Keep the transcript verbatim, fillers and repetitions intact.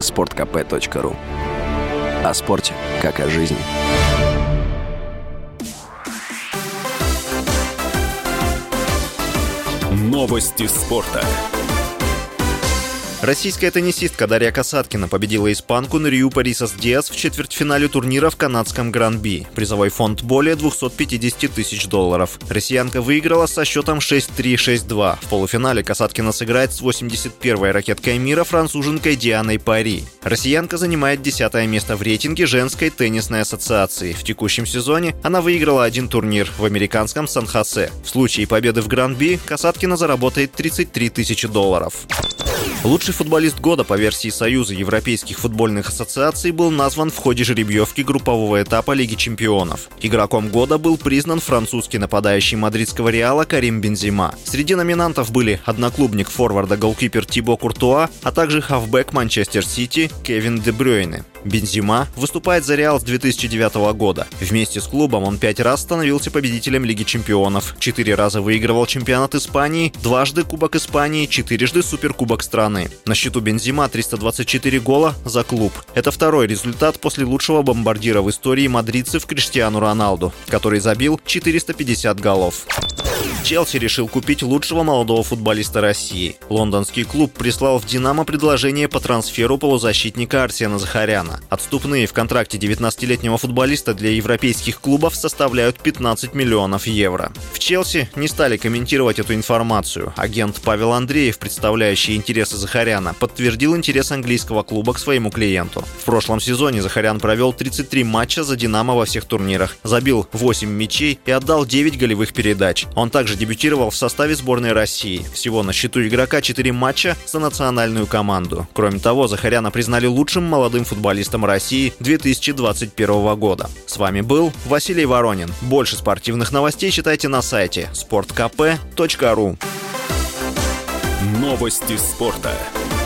спорт ка пэ точка ру. О спорте, как о жизни. Новости спорта. Российская теннисистка Дарья Касаткина победила испанку Нурию Парисас Диас в четвертьфинале турнира в канадском Гран-Би. Призовой фонд более двести пятьдесят тысяч долларов. Россиянка выиграла со счетом шесть три - шесть два. В полуфинале Касаткина сыграет с восемьдесят первой ракеткой мира француженкой Дианой Пари. Россиянка занимает десятое место в рейтинге женской теннисной ассоциации. В текущем сезоне она выиграла один турнир в американском Сан-Хосе. В случае победы в Гран-Би Касаткина заработает тридцать три тысячи долларов. Лучший футболист года по версии Союза европейских футбольных ассоциаций был назван в ходе жеребьевки группового этапа Лиги чемпионов. Игроком года был признан французский нападающий мадридского Реала Карим Бензема. Среди номинантов были одноклубник форварда-голкипер Тибо Куртуа, а также хавбэк Манчестер Сити Кевин Де Брюйне. Бензема выступает за Реал с две тысячи девятого года. Вместе с клубом он пять раз становился победителем Лиги чемпионов, четыре раза выигрывал чемпионат Испании, дважды Кубок Испании, четырежды Суперкубок страны. На счету Бензема триста двадцать четыре гола за клуб. Это второй результат после лучшего бомбардира в истории мадридцев Криштиану Роналду, который забил четыреста пятьдесят голов. Челси решил купить лучшего молодого футболиста России. Лондонский клуб прислал в «Динамо» предложение по трансферу полузащитника Арсена Захаряна. Отступные в контракте девятнадцатилетнего футболиста для европейских клубов составляют пятнадцать миллионов евро. В «Челси» не стали комментировать эту информацию. Агент Павел Андреев, представляющий интересы Захаряна, подтвердил интерес английского клуба к своему клиенту. В прошлом сезоне Захарян провел тридцать три матча за «Динамо» во всех турнирах, забил восемь мячей и отдал девять голевых передач. Он также дебютировал в составе сборной России. Всего на счету игрока четыре матча за национальную команду. Кроме того, Захаряна признали лучшим молодым футболистом России две тысячи двадцать первого года. С вами был Василий Воронин. Больше спортивных новостей читайте на сайте спорт ка пэ точка ру. Новости спорта.